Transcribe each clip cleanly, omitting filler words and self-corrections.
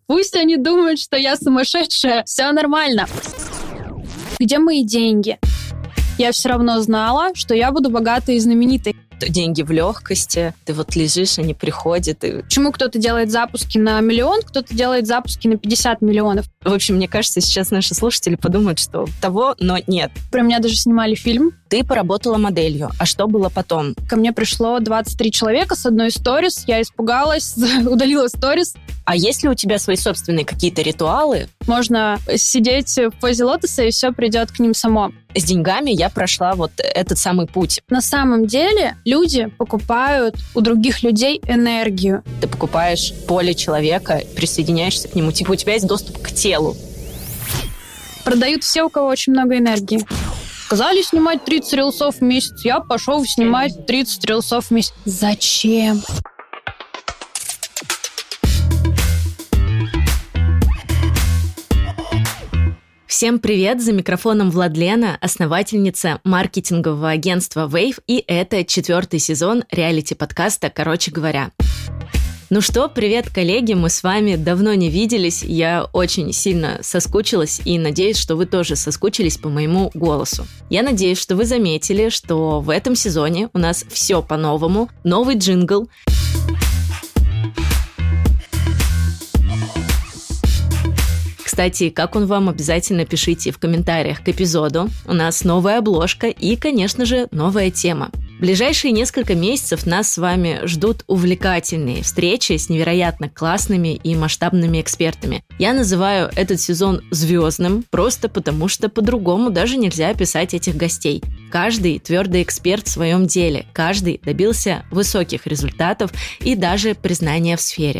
Пусть они думают, что я сумасшедшая. Все нормально. Где мои деньги? Я все равно знала, что я буду богатой и знаменитой. Деньги в легкости, ты вот лежишь, они приходят. Почему кто-то делает запуски на 1 миллион, кто-то делает запуски на 50 миллионов? В общем, мне кажется, сейчас наши слушатели подумают, что того, но нет. Про меня даже снимали фильм. Ты поработала моделью, а что было потом? Ко мне пришло 23 человека с одной сторис, я испугалась, удалила сторис. А есть ли у тебя свои собственные какие-то ритуалы? Можно сидеть в позе лотоса, и все придет к ним само. С деньгами я прошла вот этот самый путь. На самом деле люди покупают у других людей энергию. Ты покупаешь поле человека, присоединяешься к нему, типа у тебя есть доступ к телу. Продают все, у кого очень много энергии. Сказали снимать 30 рилсов в месяц, я пошел снимать 30 рилсов в месяц. Зачем? Всем привет! За микрофоном Владлена, основательница маркетингового агентства Wave, и это 4-й сезон реалити-подкаста «Короче говоря». Ну что, привет, коллеги, мы с вами давно не виделись, я очень сильно соскучилась и надеюсь, что вы тоже соскучились по моему голосу. Я надеюсь, что вы заметили, что в этом сезоне у нас все по-новому, новый джингл. Кстати, как он вам, обязательно пишите в комментариях к эпизоду. У нас новая обложка и, конечно же, новая тема. В ближайшие несколько месяцев нас с вами ждут увлекательные встречи с невероятно классными и масштабными экспертами. Я называю этот сезон звездным, просто потому что по-другому даже нельзя описать этих гостей. Каждый твердый эксперт в своем деле, каждый добился высоких результатов и даже признания в сфере.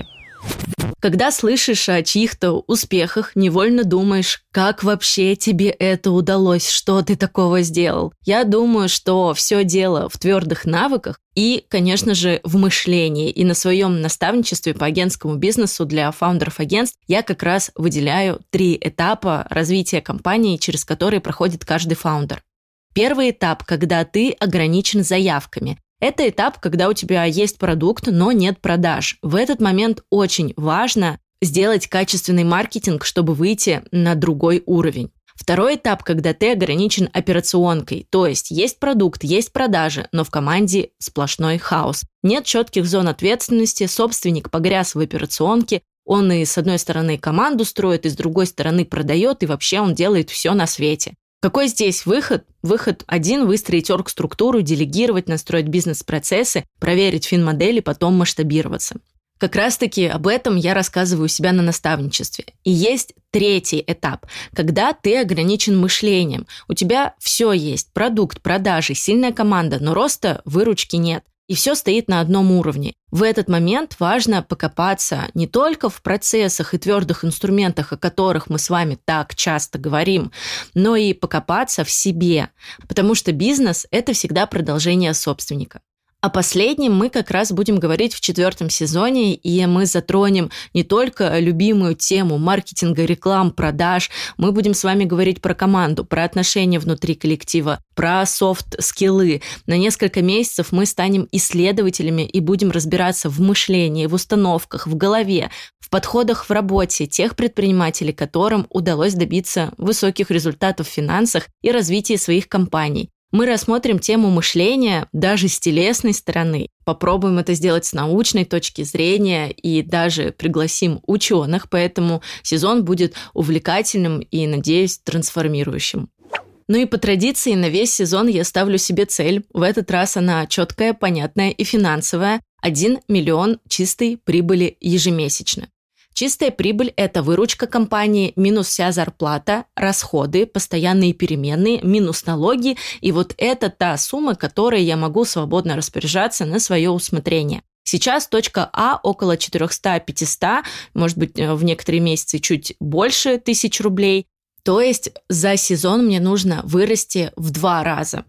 Когда слышишь о чьих-то успехах, невольно думаешь, как вообще тебе это удалось, что ты такого сделал. Я думаю, что все дело в твердых навыках и, конечно же, в мышлении. И на своем наставничестве по агентскому бизнесу для фаундеров агентств я как раз выделяю 3 этапа развития компании, через которые проходит каждый фаундер. Первый этап, когда ты ограничен заявками. Это этап, когда у тебя есть продукт, но нет продаж. В этот момент очень важно сделать качественный маркетинг, чтобы выйти на другой уровень. Второй этап, когда ты ограничен операционкой, то есть продукт, есть продажи, но в команде сплошной хаос. Нет четких зон ответственности, собственник погряз в операционке, он и с одной стороны команду строит, и с другой стороны продает, и вообще он делает все на свете. Какой здесь выход? Выход один – выстроить оргструктуру, делегировать, настроить бизнес-процессы, проверить финмодели, потом масштабироваться. Как раз-таки об этом я рассказываю у себя на наставничестве. И есть 3-й этап, когда ты ограничен мышлением. У тебя все есть – продукт, продажи, сильная команда, но роста выручки нет. И все стоит на одном уровне. В этот момент важно покопаться не только в процессах и твердых инструментах, о которых мы с вами так часто говорим, но и покопаться в себе, потому что бизнес – это всегда продолжение собственника. О последнем мы как раз будем говорить в 4-м сезоне, и мы затронем не только любимую тему маркетинга, реклам, продаж, мы будем с вами говорить про команду, про отношения внутри коллектива, про софт-скиллы. На несколько месяцев мы станем исследователями и будем разбираться в мышлении, в установках, в голове, в подходах в работе тех предпринимателей, которым удалось добиться высоких результатов в финансах и развитии своих компаний. Мы рассмотрим тему мышления даже с телесной стороны, попробуем это сделать с научной точки зрения и даже пригласим ученых, поэтому сезон будет увлекательным и, надеюсь, трансформирующим. Ну и по традиции на весь сезон я ставлю себе цель, в этот раз она четкая, понятная и финансовая – 1 миллион чистой прибыли ежемесячно. Чистая прибыль – это выручка компании минус вся зарплата, расходы, постоянные переменные, минус налоги. И вот это та сумма, которой я могу свободно распоряжаться на свое усмотрение. Сейчас точка А около 400-500, может быть, в некоторые месяцы чуть больше 1000 рублей. То есть за сезон мне нужно вырасти в 2 раза.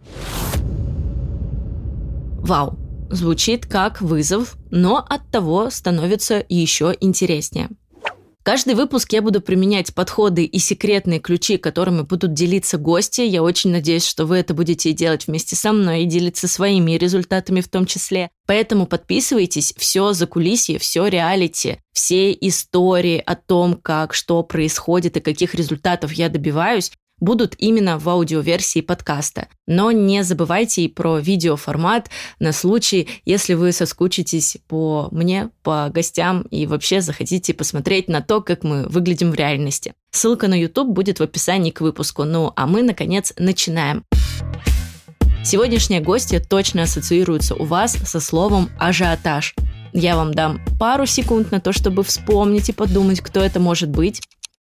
Вау! Звучит как вызов, но оттого становится еще интереснее. Каждый выпуск я буду применять подходы и секретные ключи, которыми будут делиться гости. Я очень надеюсь, что вы это будете делать вместе со мной и делиться своими результатами в том числе. Поэтому подписывайтесь, все закулисье, все реалити, все истории о том, как, что происходит и каких результатов я добиваюсь, будут именно в аудиоверсии подкаста. Но не забывайте и про видеоформат на случай, если вы соскучитесь по мне, по гостям и вообще захотите посмотреть на то, как мы выглядим в реальности. Ссылка на YouTube будет в описании к выпуску. Ну, а мы, наконец, начинаем. Сегодняшние гости точно ассоциируются у вас со словом «ажиотаж». Я вам дам пару секунд на то, чтобы вспомнить и подумать, кто это может быть.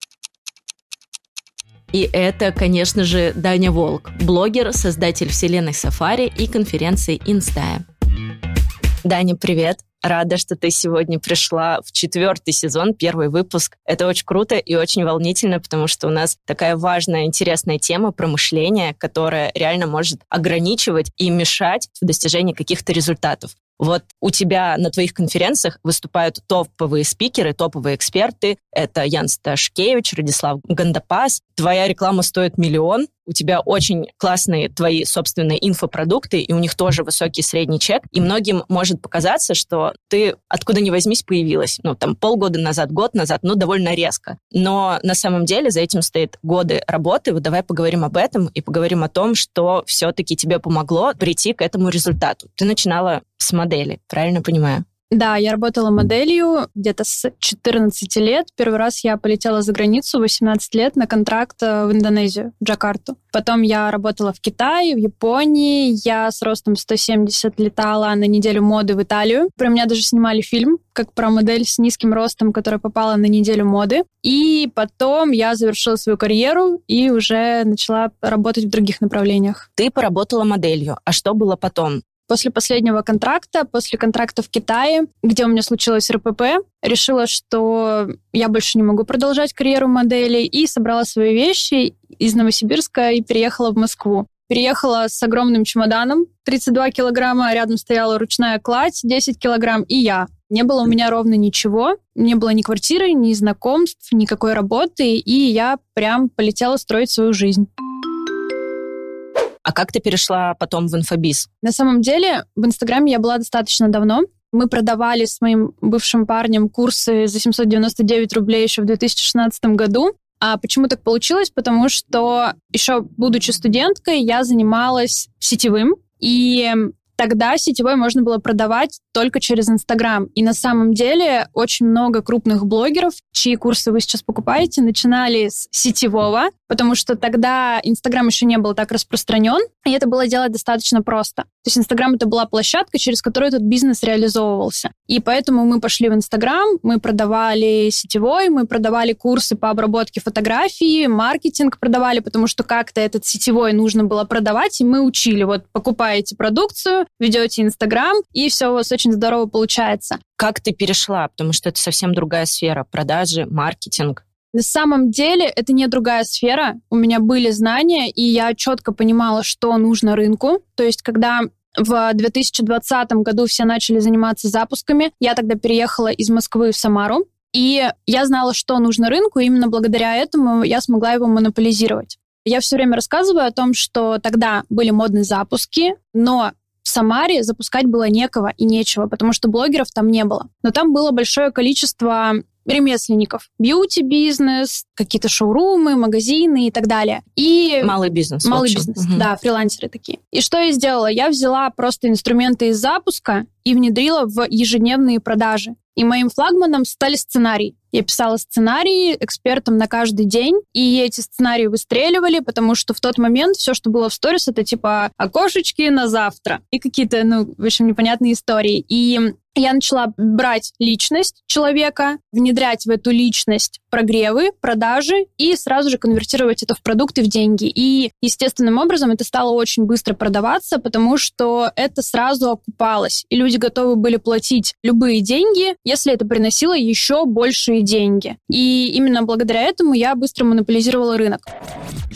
И это, конечно же, Даня Волк, блогер, создатель вселенной Сафари и конференции Инстая. Даня, привет! Рада, что ты сегодня пришла в 4-й сезон, 1-й выпуск. Это очень круто и очень волнительно, потому что у нас такая важная, интересная тема про мышление, которая реально может ограничивать и мешать в достижении каких-то результатов. Вот у тебя на твоих конференциях выступают топовые спикеры, топовые эксперты. Это Ян Сташкевич, Радислав Гандапас. Твоя реклама стоит 1 миллион. У тебя очень классные твои собственные инфопродукты, и у них тоже высокий средний чек. И многим может показаться, что ты откуда ни возьмись появилась. Полгода назад, год назад, довольно резко. Но на самом деле за этим стоят годы работы. Вот давай поговорим об этом и поговорим о том, что все-таки тебе помогло прийти к этому результату. Ты начинала с модели, правильно понимаю? Да, я работала моделью где-то с 14 лет. Первый раз я полетела за границу 18 лет на контракт в Индонезию, в Джакарту. Потом я работала в Китае, в Японии. Я с ростом 170 летала на неделю моды в Италию. Про меня даже снимали фильм, как про модель с низким ростом, которая попала на неделю моды. И потом я завершила свою карьеру и уже начала работать в других направлениях. Ты поработала моделью. А что было потом? После последнего контракта, после контракта в Китае, где у меня случилось РПП, решила, что я больше не могу продолжать карьеру модели, и собрала свои вещи из Новосибирска и переехала в Москву. Переехала с огромным чемоданом, 32 килограмма, рядом стояла ручная кладь, 10 килограмм, и я. Не было у меня ровно ничего, не было ни квартиры, ни знакомств, никакой работы, и я прям полетела строить свою жизнь. А как ты перешла потом в инфобиз? На самом деле, в Инстаграме я была достаточно давно. Мы продавали с моим бывшим парнем курсы за 799 рублей еще в 2016 году. А почему так получилось? Потому что еще будучи студенткой, я занималась сетевым. И тогда сетевой можно было продавать только через Инстаграм. И на самом деле очень много крупных блогеров, чьи курсы вы сейчас покупаете, начинали с сетевого, потому что тогда Инстаграм еще не был так распространен, и это было делать достаточно просто. То есть Инстаграм — это была площадка, через которую этот бизнес реализовывался. И поэтому мы пошли в Инстаграм, мы продавали сетевой, мы продавали курсы по обработке фотографий, маркетинг продавали, потому что как-то этот сетевой нужно было продавать, и мы учили. Вот покупаете продукцию, ведете Инстаграм, и все у вас очень здорово получается. Как ты перешла? Потому что это совсем другая сфера. Продажи, маркетинг. На самом деле это не другая сфера. У меня были знания, и я четко понимала, что нужно рынку. То есть, когда в 2020 году все начали заниматься запусками, я тогда переехала из Москвы в Самару, и я знала, что нужно рынку, и именно благодаря этому я смогла его монополизировать. Я все время рассказываю о том, что тогда были модные запуски, но в Самаре запускать было некого и нечего, потому что блогеров там не было. Но там было большое количество ремесленников. Бьюти-бизнес, какие-то шоурумы, магазины и так далее. И малый бизнес. Малый бизнес, да, фрилансеры такие. И что я сделала? Я взяла просто инструменты из запуска и внедрила в ежедневные продажи. И моим флагманом стали сценарии. Я писала сценарии экспертам на каждый день, и эти сценарии выстреливали, потому что в тот момент все, что было в сторис, это типа окошечки на завтра и какие-то, в общем, непонятные истории. И я начала брать личность человека, внедрять в эту личность прогревы, продажи и сразу же конвертировать это в продукты, в деньги. И естественным образом это стало очень быстро продаваться, потому что это сразу окупалось. И люди готовы были платить любые деньги, если это приносило еще большие деньги. И именно благодаря этому я быстро монополизировала рынок.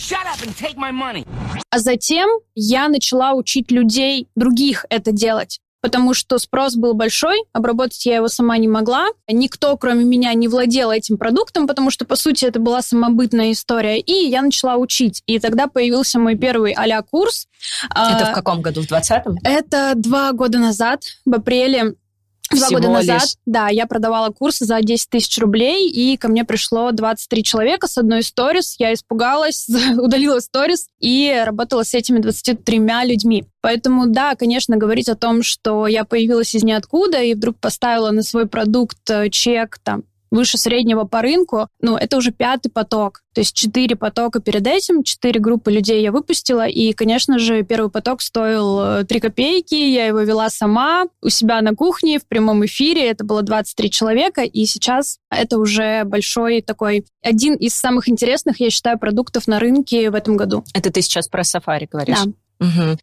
А затем я начала учить людей, других это делать. потому что спрос был большой, обработать я его сама не могла. Никто, кроме меня, не владел этим продуктом, потому что, по сути, это была самобытная история. И я начала учить. И тогда появился мой первый а-ля курс. Это в каком году? В 20-м? Это 2 года назад, в апреле. 2 года назад, да, я продавала курсы за 10 тысяч рублей, и ко мне пришло 23 человека с одной сторис. Я испугалась, удалила сторис и работала с этими 23 людьми. Поэтому, да, конечно, говорить о том, что я появилась из ниоткуда и вдруг поставила на свой продукт чек там выше среднего по рынку, это уже 5-й поток. То есть 4 потока перед этим, 4 группы людей я выпустила, и, конечно же, первый поток стоил 3 копейки, я его вела сама у себя на кухне в прямом эфире, это было 23 человека, и сейчас это уже большой такой, один из самых интересных, я считаю, продуктов на рынке в этом году. Это ты сейчас про Safari говоришь? Да. Угу.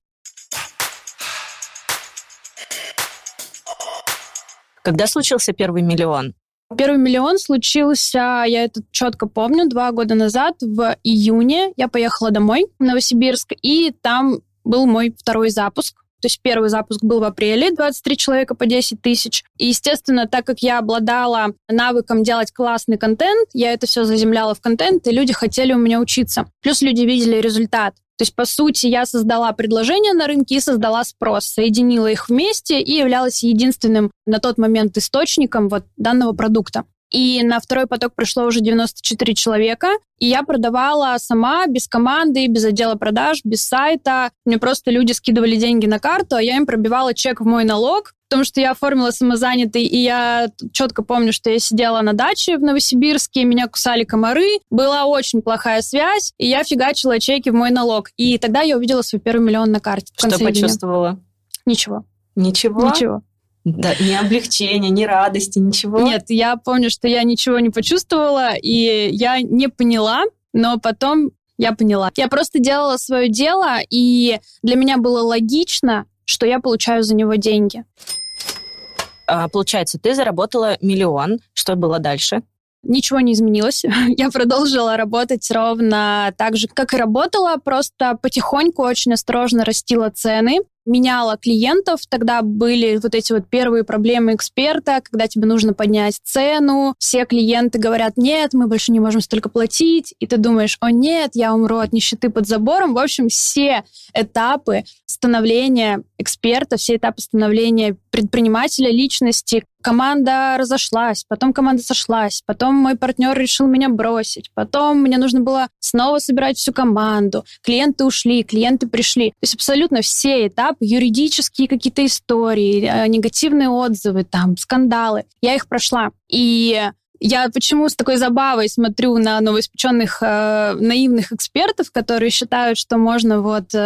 Когда случился первый миллион? Первый миллион случился, я это четко помню, 2 года назад, в июне. Я поехала домой в Новосибирск, и там был мой второй запуск. То есть первый запуск был в апреле, 23 человека по 10 тысяч. И, естественно, так как я обладала навыком делать классный контент, я это все заземляла в контент, и люди хотели у меня учиться. Плюс люди видели результат. То есть, по сути, я создала предложение на рынке и создала спрос, соединила их вместе и являлась единственным на тот момент источником данного продукта. И на второй поток пришло уже 94 человека, и я продавала сама, без команды, без отдела продаж, без сайта. Мне просто люди скидывали деньги на карту, а я им пробивала чек в мой налог, потому что я оформила самозанятый, и я четко помню, что я сидела на даче в Новосибирске, меня кусали комары, была очень плохая связь, и я фигачила чеки в мой налог. И тогда я увидела свой первый миллион на карте. Что почувствовала? Ничего. Ничего? Ничего. Да, ни облегчения, ни радости, ничего? Нет, я помню, что я ничего не почувствовала, и я не поняла, но потом я поняла. Я просто делала свое дело, и для меня было логично, что я получаю за него деньги. Получается, ты заработала миллион. Что было дальше? Ничего не изменилось. Я продолжила работать ровно так же, как и работала, просто потихоньку, очень осторожно растила цены, меняла клиентов. Тогда были эти первые проблемы эксперта, когда тебе нужно поднять цену. Все клиенты говорят: нет, мы больше не можем столько платить. И ты думаешь: о нет, я умру от нищеты под забором. В общем, все этапы становления эксперта, все этапы становления предпринимателя, личности. Команда разошлась, потом команда сошлась, потом мой партнер решил меня бросить, потом мне нужно было снова собирать всю команду. Клиенты ушли, клиенты пришли. То есть абсолютно все этапы, юридические какие-то истории, негативные отзывы, скандалы. Я их прошла. И я почему с такой забавой смотрю на новоиспеченных наивных экспертов, которые считают, что можно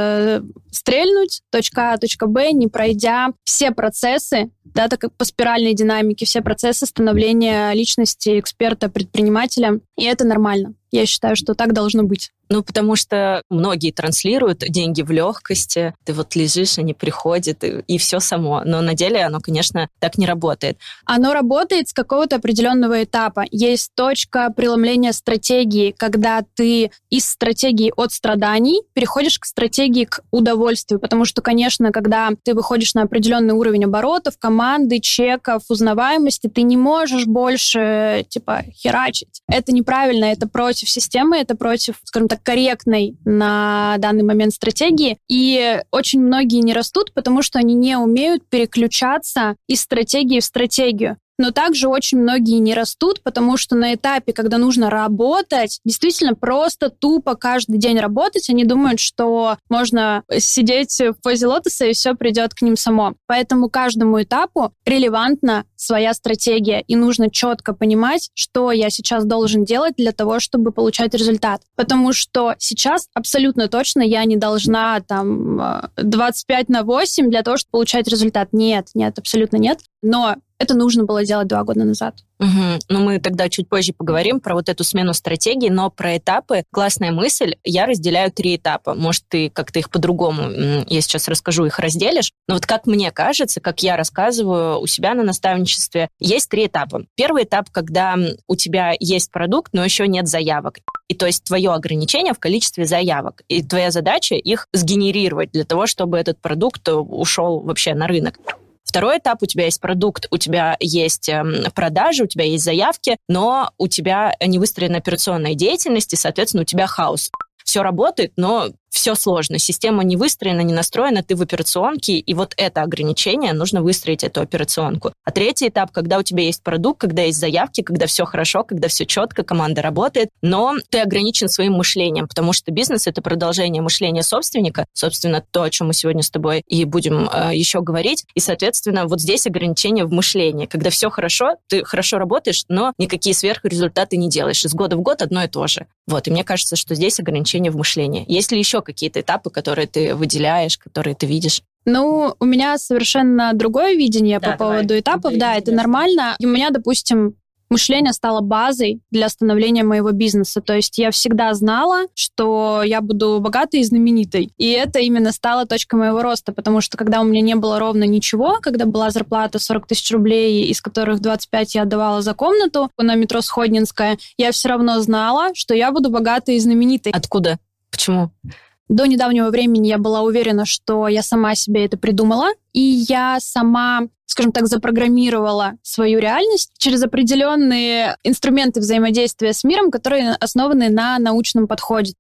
стрельнуть, точка А, точка Б, не пройдя все процессы, так как по спиральной динамике, все процессы становления личности эксперта, предпринимателя. И это нормально. Я считаю, что так должно быть. Потому что многие транслируют деньги в легкости. Ты лежишь, они приходят, и все само. Но на деле оно, конечно, так не работает. Оно работает с какого-то определенного этапа. Есть точка преломления стратегии, когда ты из стратегии от страданий переходишь к стратегии к удовольствию. Потому что, конечно, когда ты выходишь на определенный уровень оборотов, команды, чеков, узнаваемости, ты не можешь больше, херачить. Это неправильно, это против системы, это против, скажем так, корректной на данный момент стратегии. И очень многие не растут, потому что они не умеют переключаться из стратегии в стратегию. Но также очень многие не растут, потому что на этапе, когда нужно работать, действительно просто тупо каждый день работать, они думают, что можно сидеть в позе лотоса, и все придет к ним само. Поэтому каждому этапу релевантна своя стратегия, и нужно четко понимать, что я сейчас должен делать для того, чтобы получать результат. Потому что сейчас абсолютно точно я не должна 25/8 для того, чтобы получать результат. Нет, абсолютно нет. Но это нужно было делать 2 года назад. Угу. Мы тогда чуть позже поговорим про эту смену стратегии, но про этапы классная мысль. Я разделяю 3 этапа. Может, ты как-то их по-другому, я сейчас расскажу, их разделишь. Но как мне кажется, как я рассказываю у себя на наставничестве, есть 3 этапа. Первый этап, когда у тебя есть продукт, но еще нет заявок. И то есть твое ограничение в количестве заявок. И твоя задача их сгенерировать для того, чтобы этот продукт ушел вообще на рынок. Второй этап, у тебя есть продукт, у тебя есть продажи, у тебя есть заявки, но у тебя не выстроена операционная деятельность, и, соответственно, у тебя хаос. Все работает, но все сложно. Система не выстроена, не настроена, ты в операционке, и вот это ограничение, нужно выстроить эту операционку. А третий этап, когда у тебя есть продукт, когда есть заявки, когда все хорошо, когда все четко, команда работает, но ты ограничен своим мышлением, потому что бизнес — это продолжение мышления собственника, собственно, то, о чем мы сегодня с тобой и будем еще говорить, и, соответственно, вот здесь ограничение в мышлении. Когда все хорошо, ты хорошо работаешь, но никакие сверхрезультаты не делаешь. Из года в год одно и то же. Вот, и мне кажется, что здесь ограничение в мышлении. Есть ли еще какие-то этапы, которые ты выделяешь, которые ты видишь? Ну, у меня совершенно другое видение по поводу этапов. Да, это нормально. И у меня, допустим, мышление стало базой для становления моего бизнеса. То есть я всегда знала, что я буду богатой и знаменитой. И это именно стало точкой моего роста, потому что когда у меня не было ровно ничего, когда была зарплата 40 тысяч рублей, из которых 25 я отдавала за комнату на метро Сходнинская, я все равно знала, что я буду богатой и знаменитой. Откуда? Почему? До недавнего времени я была уверена, что я сама себе это придумала, и я сама, скажем так, запрограммировала свою реальность через определенные инструменты взаимодействия с миром, которые основаны на научном подходе.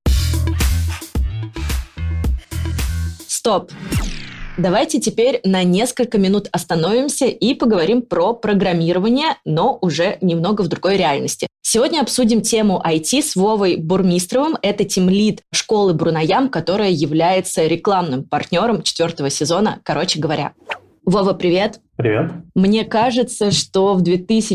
Стоп! Давайте теперь на несколько минут остановимся и поговорим про программирование, но уже немного в другой реальности. Сегодня обсудим тему IT с Вовой Бурмистровым. Это тимлид школы Бруноям, которая является рекламным партнером 4-го сезона «Короче говоря». Вова, привет! Привет! Мне кажется, что в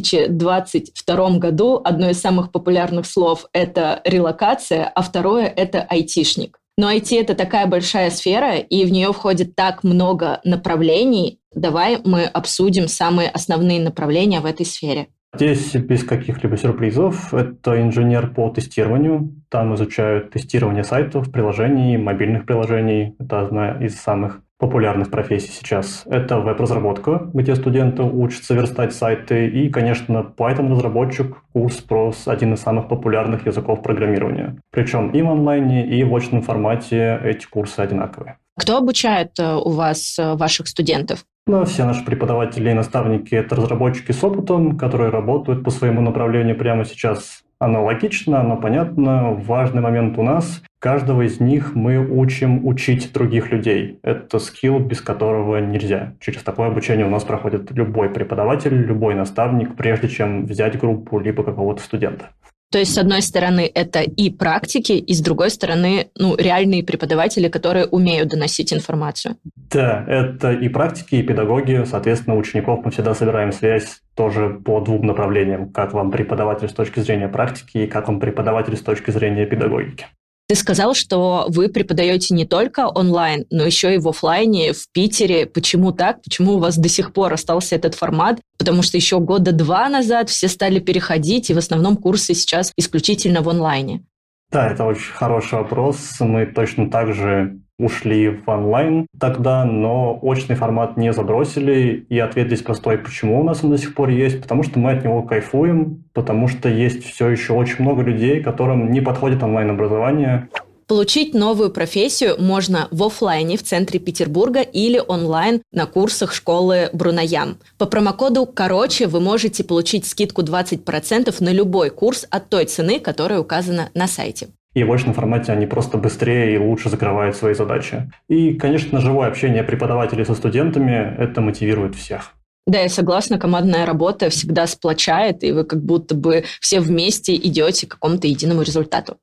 2022 году одно из самых популярных слов – это релокация, а второе – это айтишник. Но IT – это такая большая сфера, и в нее входит так много направлений. Давай мы обсудим самые основные направления в этой сфере. Здесь без каких-либо сюрпризов. Это инженер по тестированию. Там изучают тестирование сайтов, приложений, мобильных приложений. Это одна из самых популярных профессий сейчас. Это веб-разработка, где студенты учатся верстать сайты. И, конечно, Python-разработчик, курс один из самых популярных языков программирования. Причем и в онлайне, и в очном формате эти курсы одинаковые. Кто обучает у вас ваших студентов? Все наши преподаватели и наставники – это разработчики с опытом, которые работают по своему направлению прямо сейчас. Оно логично, оно понятно. Важный момент у нас – каждого из них мы учим учить других людей. Это скилл, без которого нельзя. Через такое обучение у нас проходит любой преподаватель, любой наставник, прежде чем взять группу либо какого-то студента. То есть, с одной стороны, это и практики, и с другой стороны, реальные преподаватели, которые умеют доносить информацию. Да, это и практики, и педагоги. Соответственно, учеников мы всегда собираем связь тоже по двум направлениям. Как вам преподаватель с точки зрения практики, и как вам преподаватель с точки зрения педагогики. Ты сказал, что вы преподаете не только онлайн, но еще и в офлайне, в Питере. Почему так? Почему у вас до сих пор остался этот формат? Потому что еще 2 года назад все стали переходить, и в основном курсы сейчас исключительно в онлайне. Да, это очень хороший вопрос. Мы точно так же ушли в онлайн тогда, но очный формат не забросили. И ответ здесь простой. Почему у нас он до сих пор есть? Потому что мы от него кайфуем, потому что есть все еще очень много людей, которым не подходит онлайн-образование. Получить новую профессию можно в офлайне в центре Петербурга или онлайн на курсах школы Бруноям. По промокоду «Короче» вы можете получить скидку 20% на любой курс от той цены, которая указана на сайте. И в очном формате они просто быстрее и лучше закрывают свои задачи. И, конечно, живое общение преподавателей со студентами – это мотивирует всех. Да, я согласна, командная работа всегда сплочает, и вы как будто бы все вместе идете к какому-то единому результату.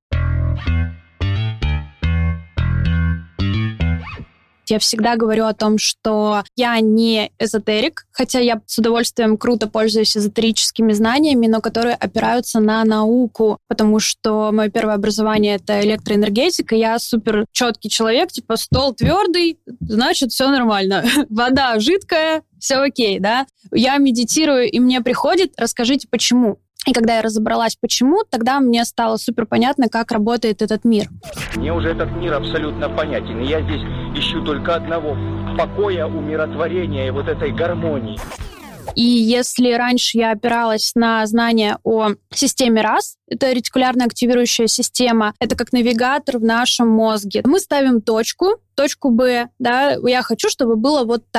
Я всегда говорю о том, что я не эзотерик, хотя я с удовольствием круто пользуюсь эзотерическими знаниями, но которые опираются на науку, потому что мое первое образование — это электроэнергетика, я супер четкий человек, типа стол твердый, значит, все нормально. Вода жидкая, все окей, да? Я медитирую, и мне приходит, расскажите, почему. И когда я разобралась, почему, тогда мне стало супер понятно, как работает этот мир. Мне уже этот мир абсолютно понятен, и я здесь ищу только одного — покоя, умиротворения и вот этой гармонии. И если раньше я опиралась на знания о системе RAS, это ретикулярно активирующая система, это как навигатор в нашем мозге. Мы ставим точку Б, да, я хочу, чтобы было вот так.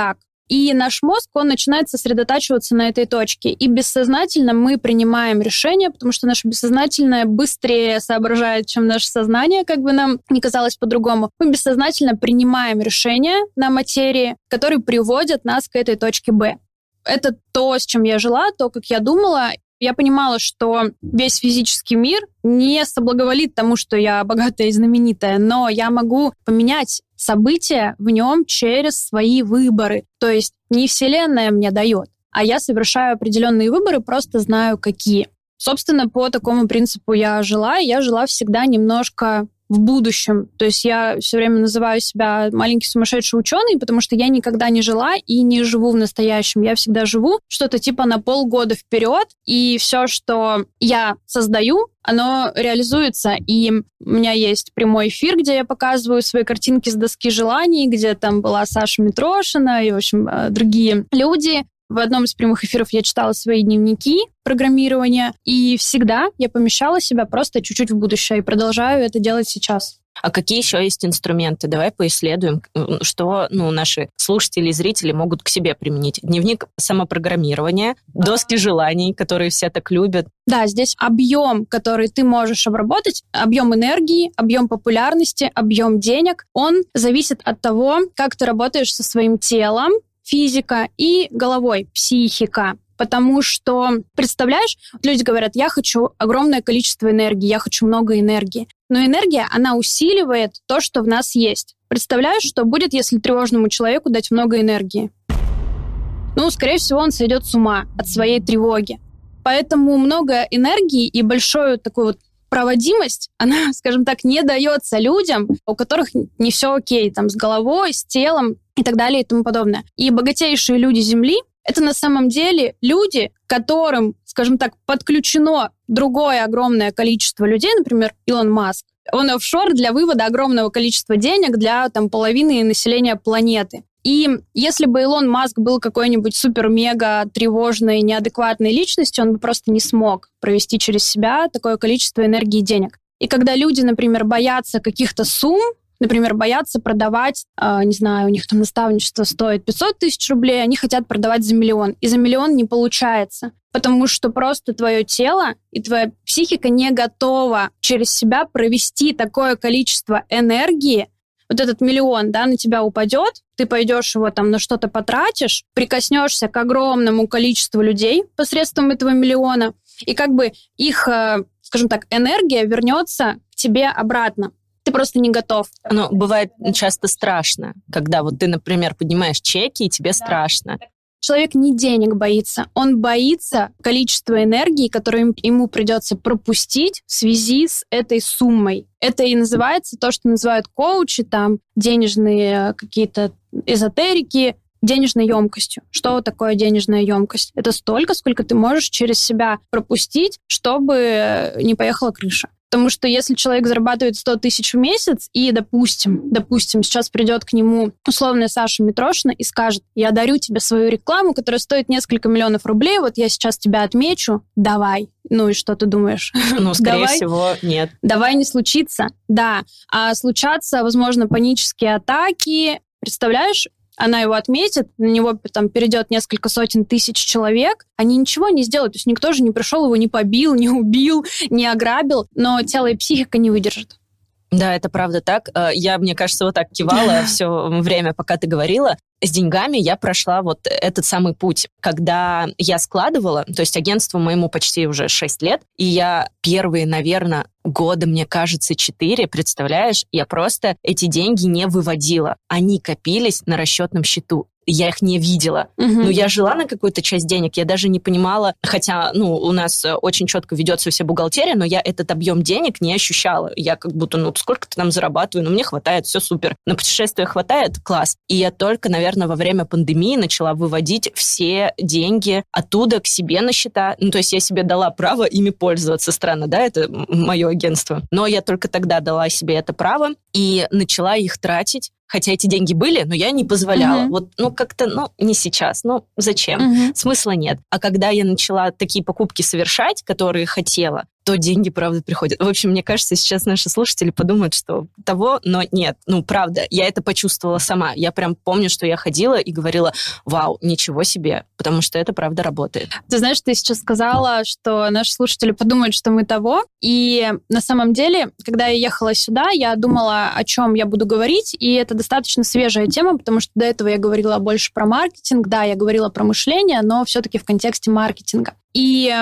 И наш мозг, он начинает сосредотачиваться на этой точке. И бессознательно мы принимаем решение, потому что наше бессознательное быстрее соображает, чем наше сознание, как бы нам не казалось по-другому. Мы бессознательно принимаем решения на материи, которые приводят нас к этой точке Б. Это то, с чем я жила, то, как я думала. Я понимала, что весь физический мир не соблаговолит тому, что я богатая и знаменитая, но я могу поменять события в нем через свои выборы. То есть не Вселенная мне дает, а я совершаю определенные выборы, просто знаю, какие. Собственно, по такому принципу я жила всегда немножко в будущем. То есть я все время называю себя маленький сумасшедший ученый, потому что я никогда не жила и не живу в настоящем. Я всегда живу что-то типа на полгода вперед, и все, что я создаю, оно реализуется. И у меня есть прямой эфир, где я показываю свои картинки с доски желаний, где там была Саша Митрошина и, в общем, другие люди. В одном из прямых эфиров я читала свои дневники программирования, и всегда я помещала себя просто чуть-чуть в будущее, и продолжаю это делать сейчас. А какие еще есть инструменты? Давай поисследуем, что наши слушатели и зрители могут к себе применить. Дневник самопрограммирования, доски желаний, которые все так любят. Да, здесь объем, который ты можешь обработать, объем энергии, объем популярности, объем денег, он зависит от того, как ты работаешь со своим телом, физика, и головой, психика. Потому что, представляешь, люди говорят, я хочу огромное количество энергии, я хочу много энергии. Но энергия, она усиливает то, что в нас есть. Представляешь, что будет, если тревожному человеку дать много энергии? Скорее всего, он сойдет с ума от своей тревоги. Поэтому много энергии и большую такую вот проводимость, она, скажем так, не дается людям, у которых не все окей, там, с головой, с телом и так далее и тому подобное. И богатейшие люди Земли — это на самом деле люди, которым, скажем так, подключено другое огромное количество людей, например, Илон Маск. Он офшор для вывода огромного количества денег для половины населения планеты. И если бы Илон Маск был какой-нибудь супер-мега тревожной, неадекватной личностью, он бы просто не смог провести через себя такое количество энергии и денег. И когда люди, например, боятся каких-то сумм, например, боятся продавать, не знаю, у них там наставничество стоит 500 тысяч рублей, они хотят продавать за 1 миллион. И за 1 миллион не получается, потому что просто твое тело и твоя психика не готова через себя провести такое количество энергии. Вот этот 1 миллион, на тебя упадет, ты пойдешь его на что-то потратишь, прикоснешься к огромному количеству людей посредством этого 1 миллиона, и их, скажем так, энергия вернется к тебе обратно. Ты просто не готов. Но бывает часто страшно, когда ты, например, поднимаешь чеки, и тебе страшно. Человек не денег боится, он боится количества энергии, которую ему придется пропустить в связи с этой суммой. Это и называется то, что называют коучи, денежные какие-то эзотерики, денежной емкостью. Что такое денежная емкость? Это столько, сколько ты можешь через себя пропустить, чтобы не поехала крыша. Потому что если человек зарабатывает 100 тысяч в месяц, и, допустим, сейчас придет к нему условная Саша Митрошина и скажет, я дарю тебе свою рекламу, которая стоит несколько миллионов рублей, вот я сейчас тебя отмечу, давай. И что ты думаешь? Скорее всего, нет. Давай не случится. Да. А случатся, возможно, панические атаки. Представляешь? Она его отметит, на него перейдет несколько сотен тысяч человек, они ничего не сделают. То есть никто же не пришел, его не побил, не убил, не ограбил, но тело и психика не выдержат. Да, это правда так. Я, мне кажется, вот так кивала все время, пока ты говорила. С деньгами я прошла вот этот самый путь, когда я складывала, то есть агентству моему почти уже 6 лет, и я первые, наверное, года, мне кажется, 4, представляешь, я просто эти деньги не выводила. Они копились на расчетном счету. Я их не видела. Я жила на какую-то часть денег, я даже не понимала, хотя, у нас очень четко ведется вся бухгалтерия, но я этот объем денег не ощущала. Я как будто, сколько-то там зарабатываю, мне хватает, все супер. На путешествия хватает, класс. И я только, наверное, во время пандемии начала выводить все деньги оттуда к себе на счета. То есть я себе дала право ими пользоваться. Странно, да, это мое агентство. Но я только тогда дала себе это право и начала их тратить. Хотя эти деньги были, но я не позволяла. Как-то, не сейчас. Зачем? Смысла нет. А когда я начала такие покупки совершать, которые хотела, то деньги, правда, приходят. В общем, мне кажется, сейчас наши слушатели подумают, что того, но нет. Правда, я это почувствовала сама. Я прям помню, что я ходила и говорила: вау, ничего себе, потому что это, правда, работает. Ты знаешь, ты сейчас сказала, что наши слушатели подумают, что мы того. И на самом деле, когда я ехала сюда, я думала, о чем я буду говорить, и это достаточно свежая тема, потому что до этого я говорила больше про маркетинг, да, я говорила про мышление, но все-таки в контексте маркетинга. И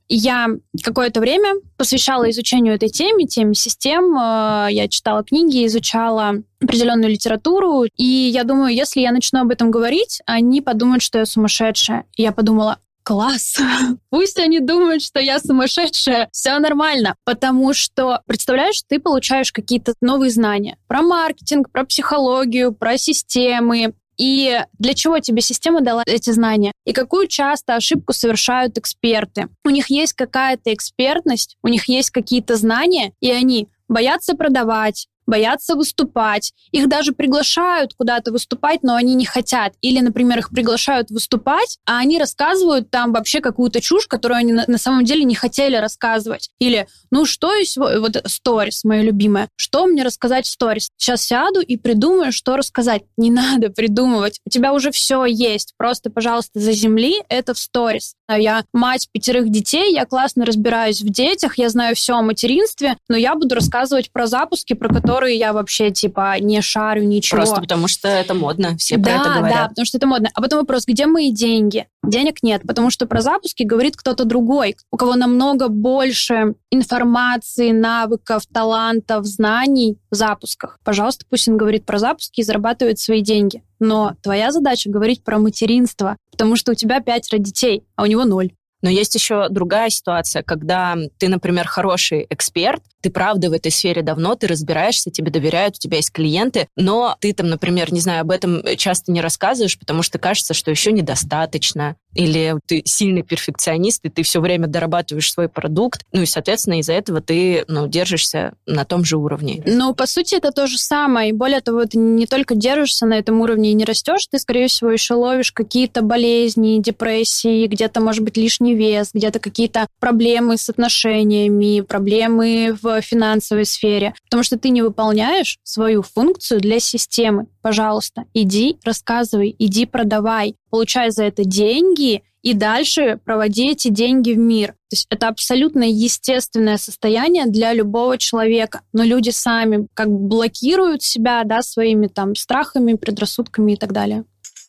я какое-то время посвящала изучению этой теме систем. Я читала книги, изучала определенную литературу. И я думаю, если я начну об этом говорить, они подумают, что я сумасшедшая. И я подумала: класс, пусть они думают, что я сумасшедшая, все нормально. Потому что, представляешь, ты получаешь какие-то новые знания про маркетинг, про психологию, про системы. И для чего тебе система дала эти знания? И какую часто ошибку совершают эксперты? У них есть какая-то экспертность, у них есть какие-то знания, и они боятся продавать, боятся выступать. Их даже приглашают куда-то выступать, но они не хотят. Или, например, их приглашают выступать, а они рассказывают там вообще какую-то чушь, которую они на самом деле не хотели рассказывать. Или, что есть... Вот сторис, моя любимая. Что мне рассказать в сторис? Сейчас сяду и придумаю, что рассказать. Не надо придумывать. У тебя уже все есть. Просто, пожалуйста, заземли это в сторис. Я мать 5 детей, я классно разбираюсь в детях, я знаю все о материнстве, но я буду рассказывать про запуски, про которые я вообще, не шарю ничего. Просто потому что это модно, все про это говорят. Да, потому что это модно. А потом вопрос, где мои деньги? Денег нет, потому что про запуски говорит кто-то другой, у кого намного больше информации, навыков, талантов, знаний в запусках. Пожалуйста, пусть он говорит про запуски и зарабатывает свои деньги. Но твоя задача говорить про материнство, потому что у тебя 5 детей, а у него 0. Но есть еще другая ситуация, когда ты, например, хороший эксперт, ты правда в этой сфере давно, ты разбираешься, тебе доверяют, у тебя есть клиенты, но ты там, например, не знаю, об этом часто не рассказываешь, потому что кажется, что еще недостаточно, или ты сильный перфекционист, и ты все время дорабатываешь свой продукт, и, соответственно, из-за этого ты, держишься на том же уровне. По сути, это то же самое, и более того, ты не только держишься на этом уровне и не растешь, ты, скорее всего, еще ловишь какие-то болезни, депрессии, где-то, может быть, лишний вес, где-то какие-то проблемы с отношениями, проблемы в финансовой сфере, потому что ты не выполняешь свою функцию для системы. Пожалуйста, иди рассказывай, иди продавай, получай за это деньги и дальше проводи эти деньги в мир. То есть это абсолютно естественное состояние для любого человека. Но люди сами блокируют себя, своими страхами, предрассудками и так далее.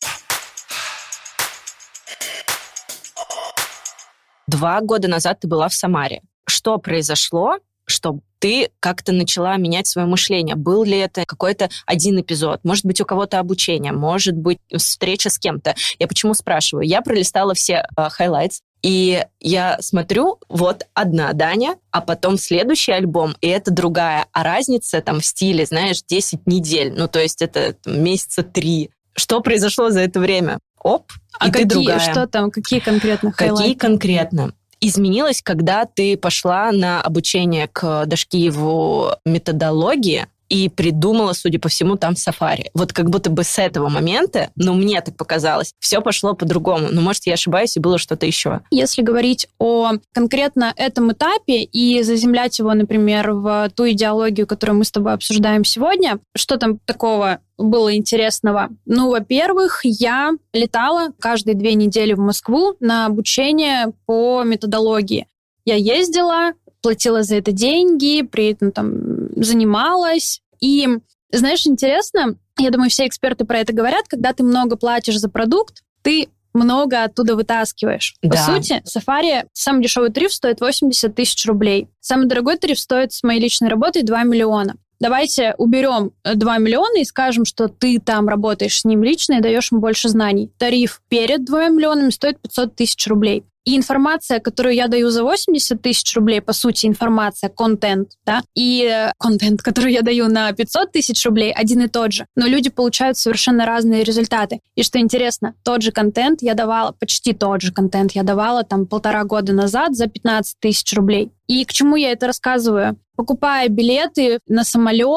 2 года назад ты была в Самаре. Что произошло, что ты как-то начала менять свое мышление? Был ли это какой-то один эпизод? Может быть, у кого-то обучение? Может быть, встреча с кем-то? Я почему спрашиваю? Я пролистала все highlights, и я смотрю, вот одна Даня, а потом следующий альбом, и это другая. А разница в стиле, 10 недель. То есть это месяца 3. Что произошло за это время? Оп, и ты другая. Что там? Какие конкретно хайлайты? Какие конкретно? Изменилось, когда ты пошла на обучение к Дашкиеву методологии и придумала, судя по всему, там сафари. Вот как будто бы с этого момента, мне так показалось, все пошло по-другому. Может, я ошибаюсь, и было что-то еще. Если говорить о конкретно этом этапе и заземлять его, например, в ту идеологию, которую мы с тобой обсуждаем сегодня, что там такого было интересного? Во-первых, я летала каждые 2 недели в Москву на обучение по методологии. Я ездила, платила за это деньги, при этом занималась. И, знаешь, интересно, я думаю, все эксперты про это говорят, когда ты много платишь за продукт, ты много оттуда вытаскиваешь. Да. По сути, сафари, самый дешевый тариф стоит 80 000 рублей. Самый дорогой тариф стоит с моей личной работой 2 миллиона. Давайте уберем 2 миллиона и скажем, что ты там работаешь с ним лично и даешь ему больше знаний. Тариф перед 2 миллионами стоит 500 000 рублей. И информация, которую я даю за 80 000 рублей, по сути, информация, контент, и контент, который я даю на 500 000 рублей, один и тот же. Но люди получают совершенно разные результаты. И что интересно, тот же контент я давала, почти тот же контент я давала 1,5 года назад за 15 000 рублей. И к чему я это рассказываю? Покупая билеты на самолет,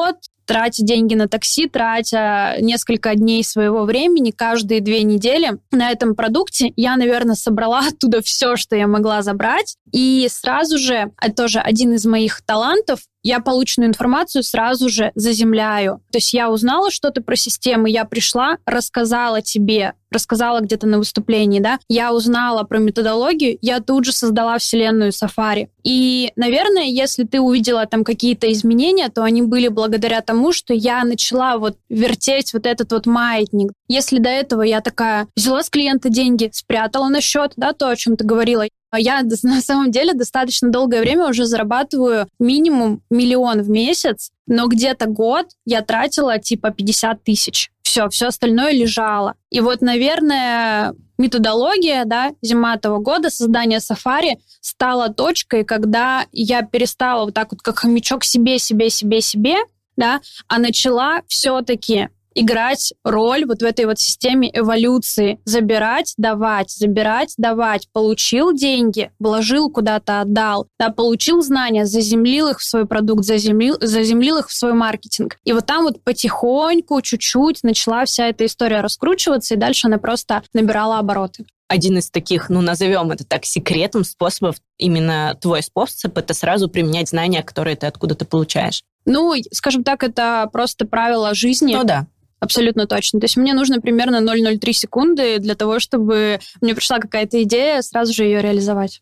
тратя деньги на такси, тратя несколько дней своего времени каждые 2 недели на этом продукте, я, наверное, собрала оттуда все, что я могла забрать. И сразу же, это тоже один из моих талантов, я полученную информацию сразу же заземляю. То есть я узнала что-то про систему, я пришла, рассказала тебе, рассказала где-то на выступлении, да, я узнала про методологию, я тут же создала вселенную Safari. И, наверное, если ты увидела там какие-то изменения, то они были благодаря тому, что я начала вот вертеть вот этот вот маятник. Если до этого я такая взяла с клиента деньги, спрятала на счет, да, то, о чем ты говорила, я на самом деле достаточно долгое время уже зарабатываю минимум 1 миллион в месяц, но где-то год я тратила типа 50 тысяч. Все остальное лежало. И вот, наверное, методология, да, зима того года, создание Safari стала точкой, когда я перестала вот так вот как хомячок себе, да, а начала все-таки играть роль вот в этой вот системе эволюции. Забирать, давать. Получил деньги, вложил куда-то, отдал. Да, получил знания, заземлил их в свой продукт, заземлил их в свой маркетинг. И вот там вот потихоньку, чуть-чуть начала вся эта история раскручиваться, и дальше она просто набирала обороты. Один из таких, назовем это так, секретом способов, именно твой способ, это сразу применять знания, которые ты откуда-то получаешь. Скажем так, это просто правило жизни. Да. Абсолютно точно. То есть мне нужно примерно 0,03 секунды для того, чтобы мне пришла какая-то идея, сразу же ее реализовать.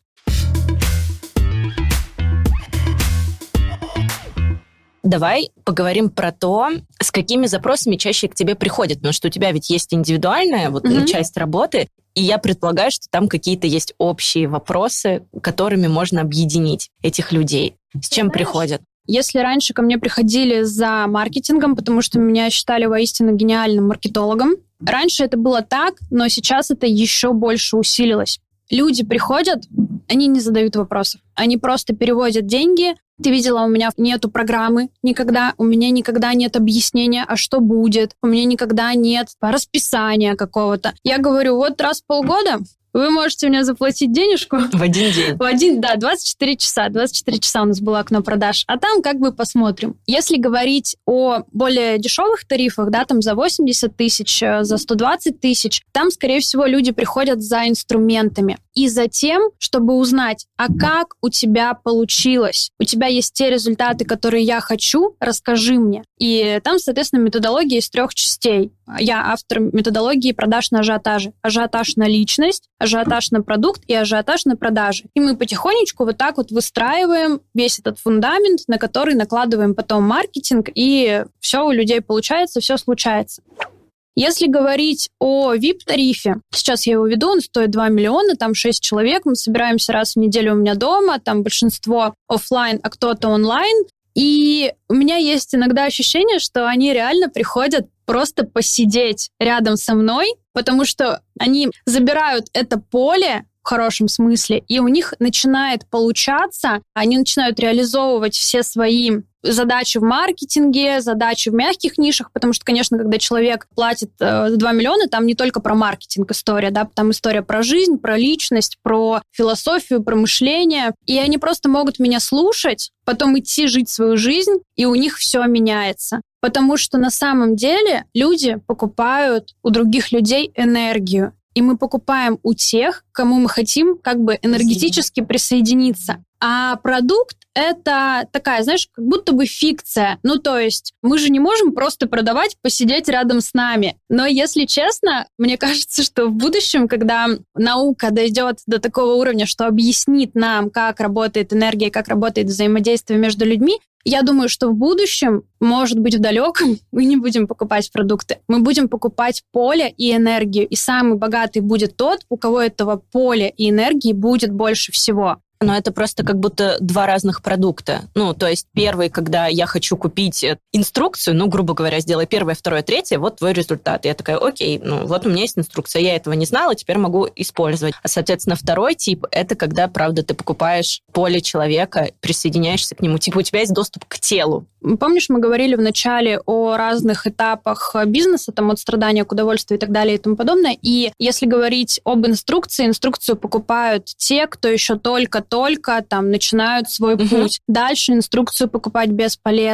Давай поговорим про то, с какими запросами чаще к тебе приходят, потому что у тебя ведь есть индивидуальная часть работы, и я предполагаю, что там какие-то есть общие вопросы, которыми можно объединить этих людей. С чем приходят? Если раньше ко мне приходили за маркетингом, потому что меня считали воистину гениальным маркетологом, раньше это было так, но сейчас это еще больше усилилось. Люди приходят, они не задают вопросов, они просто переводят деньги. Ты видела, у меня нету программы никогда, у меня никогда нет объяснения, а что будет, у меня никогда нет расписания какого-то. Я говорю, вот раз в полгода вы можете мне заплатить денежку. В один день. 24 часа. 24 часа у нас было окно продаж. А там как бы посмотрим. Если говорить о более дешевых тарифах, да, там за 80 тысяч, за 120 тысяч, там, скорее всего, люди приходят за инструментами. И за тем, чтобы узнать, а как у тебя получилось? У тебя есть те результаты, которые я хочу, расскажи мне. И там, соответственно, методология из 3 частей. Я автор методологии продаж на ажиотаже. Ажиотаж на личность, ажиотаж на продукт и ажиотаж на продажи. И мы потихонечку вот так вот выстраиваем весь этот фундамент, на который накладываем потом маркетинг, и все у людей получается, все случается. Если говорить о VIP-тарифе, сейчас я его веду, он стоит 2 миллиона, там 6 человек, мы собираемся раз в неделю у меня дома, там большинство офлайн, а кто-то онлайн, и у меня есть иногда ощущение, что они реально приходят просто посидеть рядом со мной, потому что они забирают это поле в хорошем смысле, и у них начинает получаться, они начинают реализовывать все свои задачи в маркетинге, задачи в мягких нишах, потому что, конечно, когда человек платит 2 миллиона, там не только про маркетинг история, да, там история про жизнь, про личность, про философию, про мышление, и они просто могут меня слушать, потом идти жить свою жизнь, и у них все меняется. Потому что на самом деле люди покупают у других людей энергию, и мы покупаем у тех, к кому мы хотим как бы энергетически присоединиться. А продукт — это такая, знаешь, как будто бы фикция. То есть мы же не можем просто продавать, посидеть рядом с нами. Но если честно, мне кажется, что в будущем, когда наука дойдет до такого уровня, что объяснит нам, как работает энергия, как работает взаимодействие между людьми, я думаю, что в будущем, может быть, в далеком, мы не будем покупать продукты. Мы будем покупать поле и энергию. И самый богатый будет тот, у кого этого поля и энергии будет больше всего. Но это просто как будто 2 разных продукта. То есть первый, когда я хочу купить инструкцию, грубо говоря, сделай 1, 2, 3, вот твой результат. И я такая, окей, вот у меня есть инструкция, я этого не знала, теперь могу использовать. А, соответственно, второй тип, это когда, правда, ты покупаешь поле человека, присоединяешься к нему. Типа у тебя есть доступ к телу. Помнишь, мы говорили в начале о разных этапах бизнеса, там от страдания к удовольствию и так далее и тому подобное. И если говорить об инструкции, инструкцию покупают те, кто еще только там начинают свой путь. Дальше инструкцию покупать бесполезно.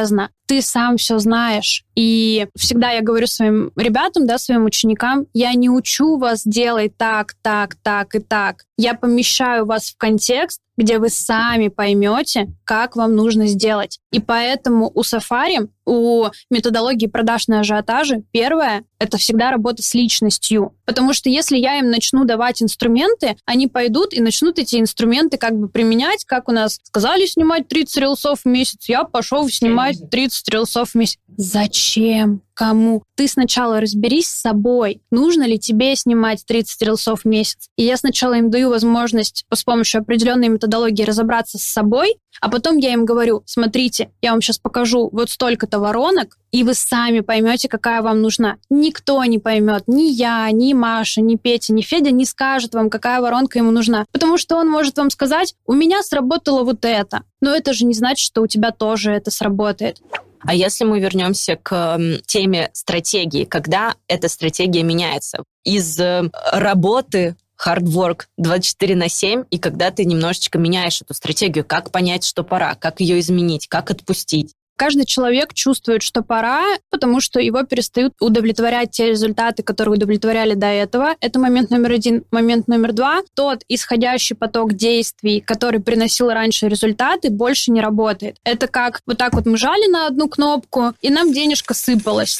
ты сам все знаешь. И всегда я говорю своим ребятам, да, своим ученикам, я не учу вас делать так, так, так и так. Я помещаю вас в контекст, где вы сами поймете, как вам нужно сделать. И поэтому у Safari, у методологии продаж на ажиотаже, первое — это всегда работа с личностью. Потому что если я им начну давать инструменты, они пойдут и начнут эти инструменты как бы применять, как у нас сказали снимать 30 рилсов в месяц, я пошел снимать 30 рилсов в месяц. Зачем? Кому? Ты сначала разберись с собой. Нужно ли тебе снимать 30 рилсов в месяц? И я сначала им даю возможность с помощью определенной методологии разобраться с собой, а потом я им говорю, смотрите, я вам сейчас покажу вот столько-то воронок, и вы сами поймете, какая вам нужна. Никто не поймет, ни я, ни Маша, ни Петя, ни Федя не скажет вам, какая воронка ему нужна. Потому что он может вам сказать, у меня сработало вот это. Но это же не значит, что у тебя тоже это сработает. А если мы вернемся к теме стратегии, когда эта стратегия меняется? Из работы hard work 24/7, и когда ты немножечко меняешь эту стратегию, как понять, что пора, как ее изменить, как отпустить? Каждый человек чувствует, что пора, потому что его перестают удовлетворять те результаты, которые удовлетворяли до этого. Это момент номер один. Момент номер два. Тот исходящий поток действий, который приносил раньше результаты, больше не работает. Это как вот так вот мы жали на одну кнопку, и нам денежка сыпалась.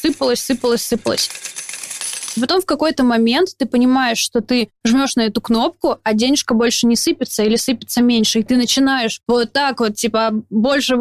Потом в какой-то момент ты понимаешь, что ты жмешь на эту кнопку, а денежка больше не сыпется или сыпется меньше, и ты начинаешь вот так вот, типа, больше,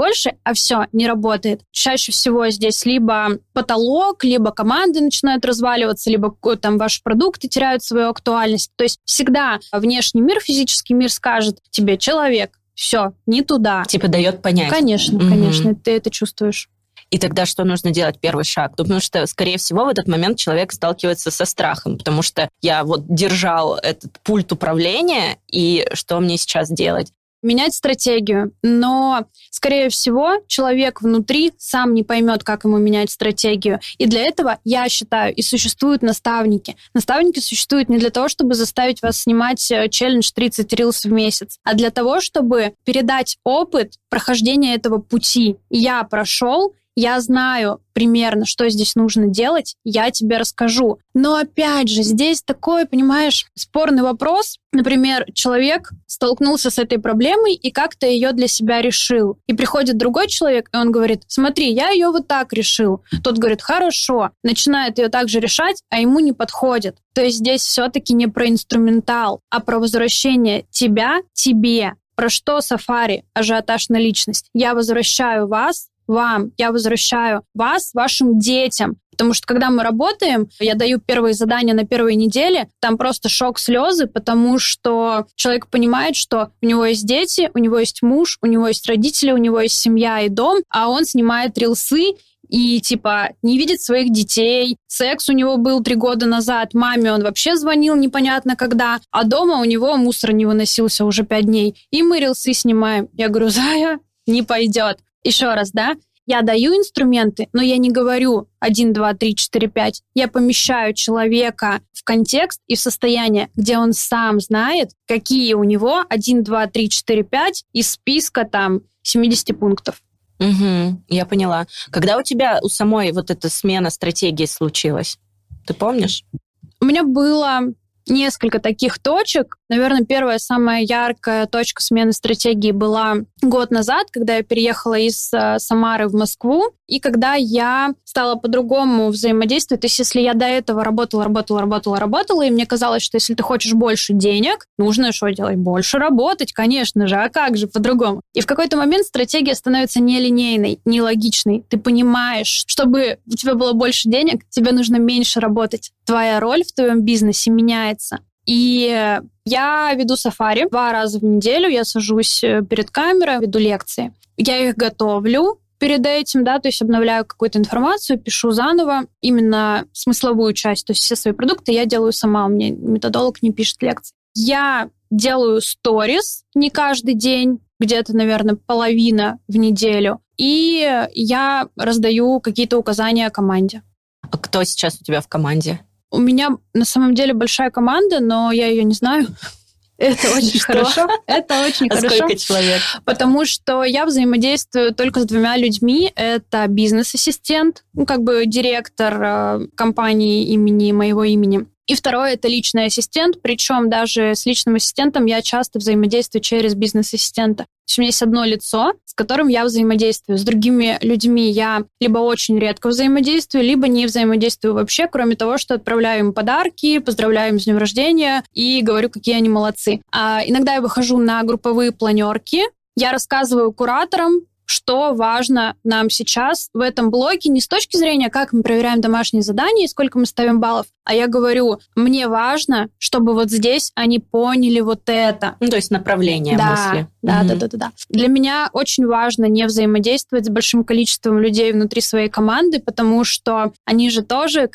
а все, не работает. Чаще всего здесь либо потолок, либо команды начинают разваливаться, либо там ваши продукты теряют свою актуальность. То есть всегда внешний мир, физический мир скажет тебе, человек, все, не туда. Типа дает понять. Конечно, конечно, ты это чувствуешь. И тогда что нужно делать? Первый шаг. Потому что, скорее всего, в этот момент человек сталкивается со страхом, потому что я вот держал этот пульт управления, и что мне сейчас делать? Менять стратегию. Но, скорее всего, человек внутри сам не поймет, как ему менять стратегию. И для этого, я считаю, и существуют наставники. Наставники существуют не для того, чтобы заставить вас снимать челлендж 30 рилс в месяц, а для того, чтобы передать опыт прохождения этого пути. Я прошел, я знаю примерно, что здесь нужно делать, я тебе расскажу. Но опять же, здесь такой, понимаешь, спорный вопрос. Например, человек столкнулся с этой проблемой и как-то ее для себя решил. И приходит другой человек, и он говорит, смотри, я ее вот так решил. Тот говорит, хорошо, начинает ее так же решать, а ему не подходит. То есть здесь все-таки не про инструментал, а про возвращение тебя тебе. Про что Safari? Ажиотаж на личность. Я возвращаю вас, вам, я возвращаю вас, вашим детям. Потому что, когда мы работаем, я даю первые задания на первой неделе, там просто шок, слезы, потому что человек понимает, что у него есть дети, у него есть муж, у него есть родители, у него есть семья и дом, а он снимает рилсы и, типа, не видит своих детей. Секс у него был 3 года назад, маме он вообще звонил непонятно когда, а дома у него мусор не выносился уже 5 дней. И мы рилсы снимаем. Я говорю, Зая, не пойдет. Еще раз, да? Я даю инструменты, но я не говорю 1, 2, 3, 4, 5. Я помещаю человека в контекст и в состояние, где он сам знает, какие у него 1, 2, 3, 4, 5 из списка там 70 пунктов. Угу, я поняла. Когда у тебя у самой вот эта смена стратегии случилась? Ты помнишь? У меня было несколько таких точек. Наверное, первая самая яркая точка смены стратегии была год назад, когда я переехала из Самары в Москву, и когда я стала по-другому взаимодействовать. То есть если я до этого работала, и мне казалось, что если ты хочешь больше денег, нужно что делать? Больше работать, конечно же, а как же по-другому? И в какой-то момент стратегия становится нелинейной, нелогичной. Ты понимаешь, чтобы у тебя было больше денег, тебе нужно меньше работать. Твоя роль в твоем бизнесе меняется. И я веду Safari 2 раза в неделю, я сажусь перед камерой, веду лекции. Я их готовлю перед этим, да, то есть обновляю какую-то информацию, пишу заново, именно смысловую часть, то есть все свои продукты я делаю сама, у меня методолог не пишет лекции. Я делаю сторис не каждый день, где-то, наверное, половина в неделю, и я раздаю какие-то указания команде. А кто сейчас у тебя в команде? У меня на самом деле большая команда, но я ее не знаю. Это очень хорошо. Это очень хорошо. Сколько человек? Потому что я взаимодействую только с 2 людьми. Это бизнес-ассистент, директор компании моего имени. И второе — это личный ассистент, причем даже с личным ассистентом я часто взаимодействую через бизнес-ассистента. То есть у меня есть одно лицо, с которым я взаимодействую. С другими людьми я либо очень редко взаимодействую, либо не взаимодействую вообще, кроме того, что отправляю им подарки, поздравляю им с днем рождения и говорю, какие они молодцы. А иногда я выхожу на групповые планерки, я рассказываю кураторам, что важно нам сейчас в этом блоке не с точки зрения, как мы проверяем домашние задания и сколько мы ставим баллов, а я говорю, мне важно, чтобы вот здесь они поняли вот это. То есть направление мысли. Да. Для меня очень важно не взаимодействовать с большим количеством людей внутри своей команды, потому что они же тоже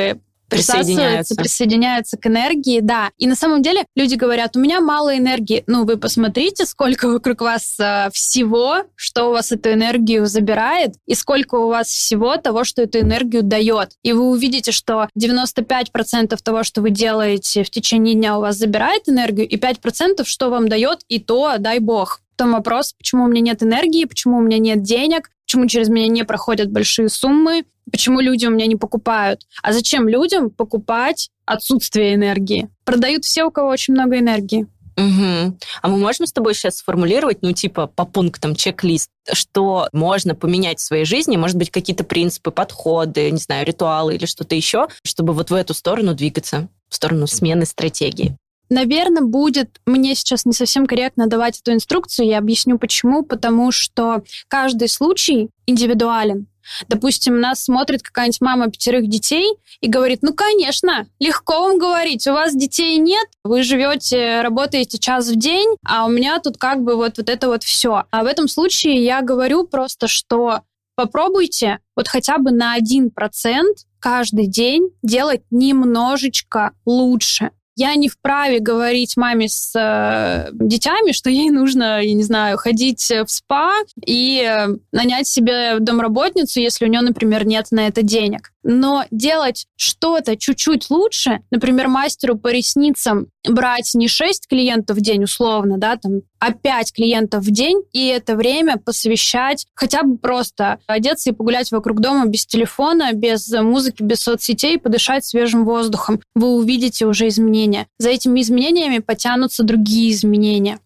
присоединяются к энергии, да. И на самом деле люди говорят, у меня мало энергии. Вы посмотрите, сколько вокруг вас всего, что у вас эту энергию забирает, и сколько у вас всего того, что эту энергию дает. И вы увидите, что 95% того, что вы делаете в течение дня, у вас забирает энергию, и 5%, что вам дает, и то, дай бог. Потом вопрос, почему у меня нет энергии, почему у меня нет денег, почему через меня не проходят большие суммы, почему люди у меня не покупают. А зачем людям покупать отсутствие энергии? Продают все, у кого очень много энергии. Угу. А мы можем с тобой сейчас сформулировать, по пунктам чек-лист, что можно поменять в своей жизни, может быть, какие-то принципы, подходы, не знаю, ритуалы или что-то еще, чтобы вот в эту сторону двигаться, в сторону смены стратегии? Наверное, будет мне сейчас не совсем корректно давать эту инструкцию. Я объясню почему. Потому что каждый случай индивидуален. Допустим, нас смотрит какая-нибудь мама 5 детей и говорит, конечно, легко вам говорить, у вас детей нет, вы живете, работаете час в день, а у меня тут вот это вот все. А в этом случае я говорю просто, что попробуйте хотя бы на 1% каждый день делать немножечко лучше. Я не вправе говорить маме с детьми, что ей нужно, ходить в спа и нанять себе домработницу, если у нее, например, нет на это денег. Но делать что-то чуть-чуть лучше, например, мастеру по ресницам брать не 6 клиентов в день условно, а 5 клиентов в день, и это время посвящать хотя бы просто одеться и погулять вокруг дома без телефона, без музыки, без соцсетей, подышать свежим воздухом. Вы увидите уже изменения. За этими изменениями потянутся другие изменения.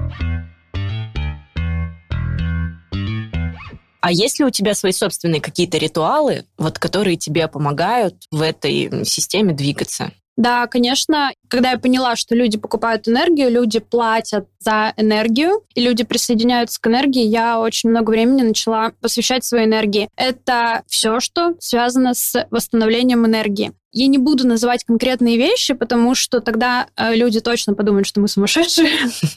А есть ли у тебя свои собственные какие-то ритуалы, которые тебе помогают в этой системе двигаться? Да, конечно. Когда я поняла, что люди покупают энергию, люди платят за энергию, и люди присоединяются к энергии, я очень много времени начала посвящать своей энергии. Это все, что связано с восстановлением энергии. Я не буду называть конкретные вещи, потому что тогда люди точно подумают, что мы сумасшедшие.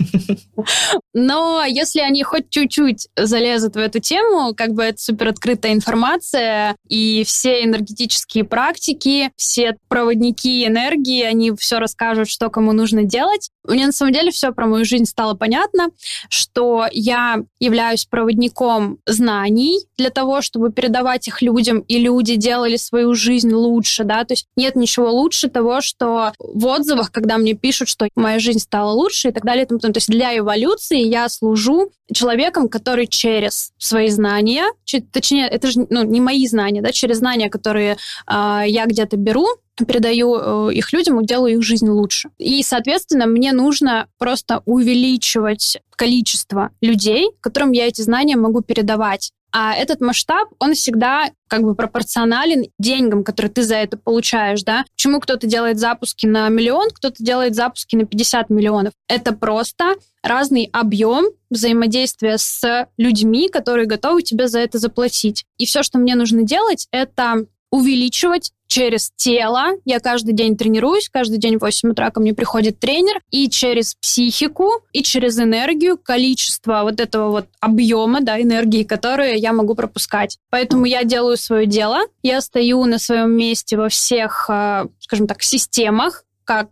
Но если они хоть чуть-чуть залезут в эту тему, это супероткрытая информация, и все энергетические практики, все проводники энергии, они все расскажут, что кому нужно делать. Мне на самом деле все про мою жизнь стало понятно, что я являюсь проводником знаний для того, чтобы передавать их людям, и люди делали свою жизнь лучше, то есть нет ничего лучше того, что в отзывах, когда мне пишут, что моя жизнь стала лучше и так далее. То есть для эволюции я служу человеком, который через свои знания, точнее, это же не мои знания, через знания, которые я где-то беру, передаю их людям и делаю их жизнь лучше. И, соответственно, мне нужно просто увеличивать количество людей, которым я эти знания могу передавать. А этот масштаб, он всегда пропорционален деньгам, которые ты за это получаешь, Почему кто-то делает запуски на 1 миллион, кто-то делает запуски на 50 миллионов? Это просто разный объем взаимодействия с людьми, которые готовы тебе за это заплатить. И все, что мне нужно делать, это увеличивать через тело. Я каждый день тренируюсь, каждый день в 8 утра ко мне приходит тренер, и через психику, и через энергию, количество этого объема, энергии, которые я могу пропускать. Поэтому я делаю свое дело, я стою на своем месте во всех, скажем так, системах, как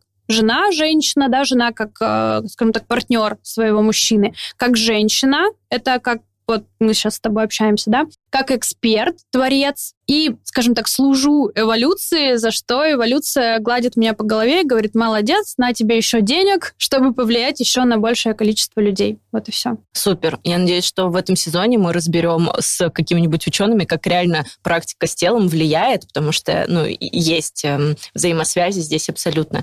женщина, жена как, скажем так, партнер своего мужчины, как женщина, это как вот мы сейчас с тобой общаемся, да, как эксперт, творец, и, скажем так, служу эволюции, за что эволюция гладит меня по голове и говорит: молодец, на тебе еще денег, чтобы повлиять еще на большее количество людей. Вот и все. Супер. Я надеюсь, что в этом сезоне мы разберем с какими-нибудь учеными, как реально практика с телом влияет, потому что, есть взаимосвязи здесь абсолютно.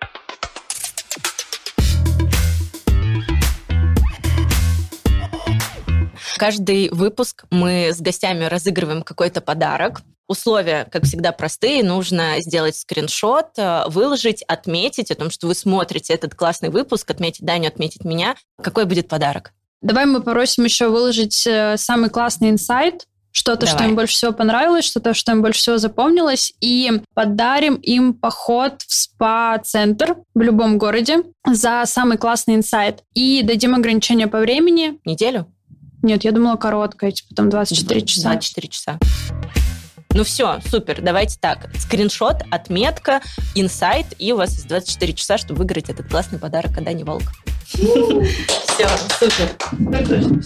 Каждый выпуск мы с гостями разыгрываем какой-то подарок. Условия, как всегда, простые. Нужно сделать скриншот, выложить, отметить о том, что вы смотрите этот классный выпуск, отметить Даню, отметить меня. Какой будет подарок? Давай мы попросим еще выложить самый классный инсайт, что-то, что им больше всего понравилось, что-то, что им больше всего запомнилось, и подарим им поход в спа-центр в любом городе за самый классный инсайт. И дадим ограничение по времени. Неделю? Нет, я думала короткая, типа там 24 часа. 24 часа. Ну все, супер, давайте так. Скриншот, отметка, инсайт, и у вас есть 24 часа, чтобы выиграть этот классный подарок от Дани Волк. Все, супер.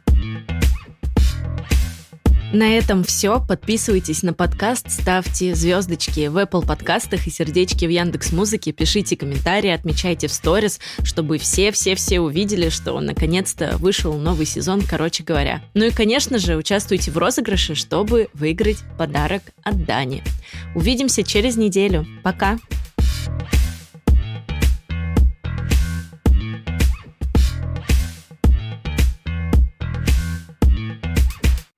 На этом все. Подписывайтесь на подкаст, ставьте звездочки в Apple подкастах и сердечки в Яндекс.Музыке, пишите комментарии, отмечайте в сторис, чтобы все увидели, что наконец-то вышел новый сезон, короче говоря. Ну и, конечно же, участвуйте в розыгрыше, чтобы выиграть подарок от Дани. Увидимся через неделю. Пока!